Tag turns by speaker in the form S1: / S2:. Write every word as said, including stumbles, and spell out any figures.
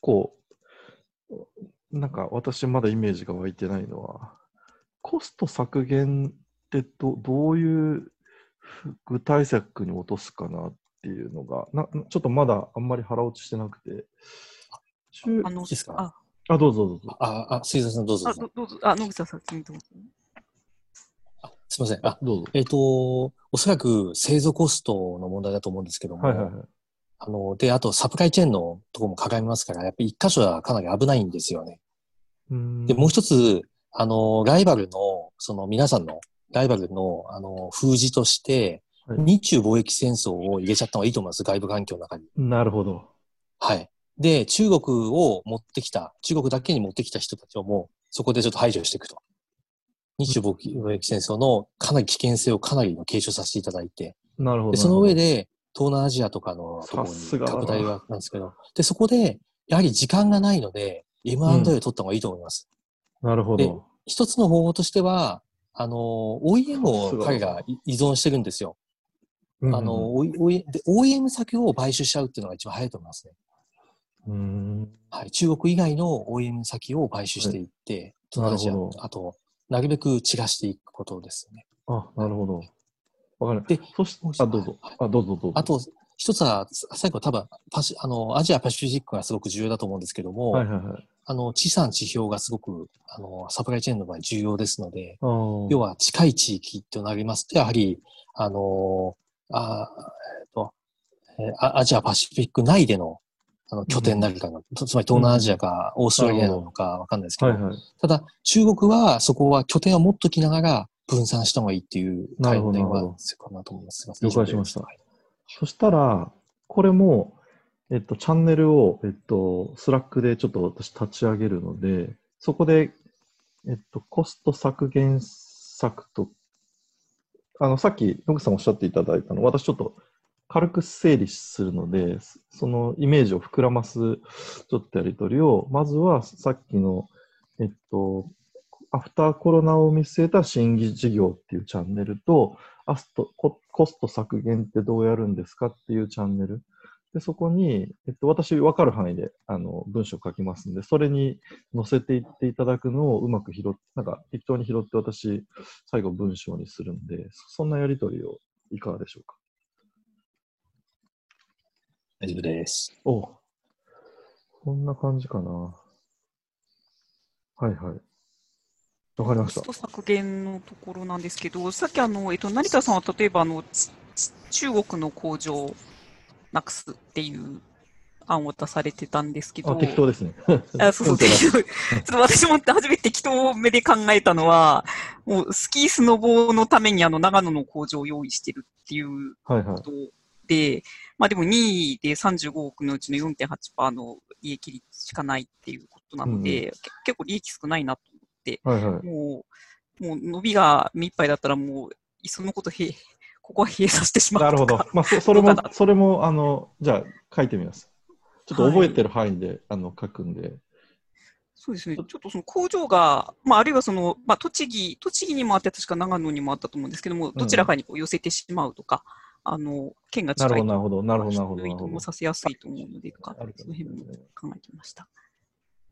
S1: 構、なんか私まだイメージが湧いてないのは、コスト削減ってどどういう具体策に落とすかなっていうのが、なちょっとまだあんまり腹落ちしてなくて。中
S2: あの、
S3: いいですか？
S2: あ、
S1: あ、どうぞどうぞ。
S3: あ、あ、水田さんどうぞど
S2: あ、
S3: うぞ。
S2: どどうぞ、あ、野口さん先にどうぞ。
S3: あ、すいません。
S1: あ、
S3: あ、
S1: どうぞ。
S3: えっと、おそらく製造コストの問題だと思うんですけども、
S1: はいはいはい。
S3: あの、で、あとサプライチェーンのところも絡みますから、やっぱり一箇所はかなり危ないんですよね。
S1: うー
S3: で、もう
S1: ん。
S3: 一つ、あの、ライバルの、その皆さんの、ライバルの、あの、封じとして、
S1: はい、
S3: 日中貿易戦争を入れちゃった方がいいと思います。外部環境の中に。
S1: なるほど。
S3: はい。で、中国を持ってきた、中国だけに持ってきた人たちをもう、そこでちょっと排除していくと。日中貿易戦争のかなり危険性をかなり継承させていただいて、
S1: なるほど。
S3: で、その上で、東南アジアとかのところ
S1: さ
S3: に
S1: すがだな
S3: 拡大はなんですけど、で、そこで、やはり時間がないので、エムアンドエー を取った方がいいと思います。
S1: うん、なるほ
S3: で、
S1: ど。
S3: 一つの方法としては、あの、オーイーエム を
S1: さすがだな。
S3: 彼ら依存してるんですよ。
S1: うんうんうん、
S3: あの、オーイーエム 先を買収しちゃうっていうのが一番早いと思いますね。
S1: うーん。
S3: はい。中国以外の オーイーエム 先を買収していって、はい、東南アジア、あと、なるべく散らしていくことですね。
S1: あ、なるほど。わかる。
S3: で、
S1: そしあ、どうぞ。あ、どうぞどうぞ。
S3: あと、一つは、最後多分パシ、あの、アジアパシフィックがすごく重要だと思うんですけども、
S1: はいはいはい。
S3: あの、地産地表がすごく、あの、サプライチェーンの場合重要ですので、
S1: 要
S3: 要は近い地域となりますと、やはり、あの、あえっと、アジアパシフィック内でのあの拠点になるかな、うん、つまり東南アジアかオーストラリアなのかわかんないですけど、はいはい、ただ中国はそこは拠点を持っときながら分散した方がいいっていう対応は必要かなと思います。
S1: 了解しました。はい、そしたら、これも、えっと、チャンネルを、えっと、スラックでちょっと私立ち上げるので、そこで、えっと、コスト削減策と、あの、さっき野口さんおっしゃっていただいたの、私ちょっと軽く整理するので、そのイメージを膨らますちょっとやり取りを、まずはさっきの、えっと、アフターコロナを見据えた新規事業っていうチャンネルと、アストココスト削減ってどうやるんですかっていうチャンネル。で、そこに、えっと、私分かる範囲であの文章を書きますんで、それに載せていっていただくのをうまく拾って、なんか適当に拾って私、最後文章にするんで、そんなやり取りをいかがでしょうか。
S3: 大丈夫です。
S1: お、こんな感じかな。はいはい。わかりました。
S2: コスト削減のところなんですけど、さっきあの、えっと、成田さんは例えばあの、中国の工場をなくすっていう案を出されてたんですけど、
S1: あ、適当ですね。
S2: あ、そうそう、適当。ちょっと私も初めて適当目で考えたのは、もうスキースノボーのためにあの長野の工場を用意してるっていうことで、はいはい、まあでもにいでさんじゅうごおくのうちの よんてんはちパーセント の利益率しかないっていうことなので、うんうん、結構利益少ないなと思って、はいはい、もう、もう伸びが目いっぱいだったらもう、いっそのことへ、ここは閉鎖してしまうとか。
S1: なるほど。まあ、そそれも、それも、あの、じゃあ書いてみます。ちょっと覚えてる範囲で、はい、あの書くんで。
S2: そうですね。ちょっとその工場が、まあ、あるいはその、まあ、栃木、栃木にもあって、確か長野にもあったと思うんですけども、どちらかにこう寄せてしまうとか、うん、あの、県が近いと、
S1: なるほど、なるほど、なるほど、なるほど。
S2: 移動もさせやすいと思うので、その辺も考えてみました。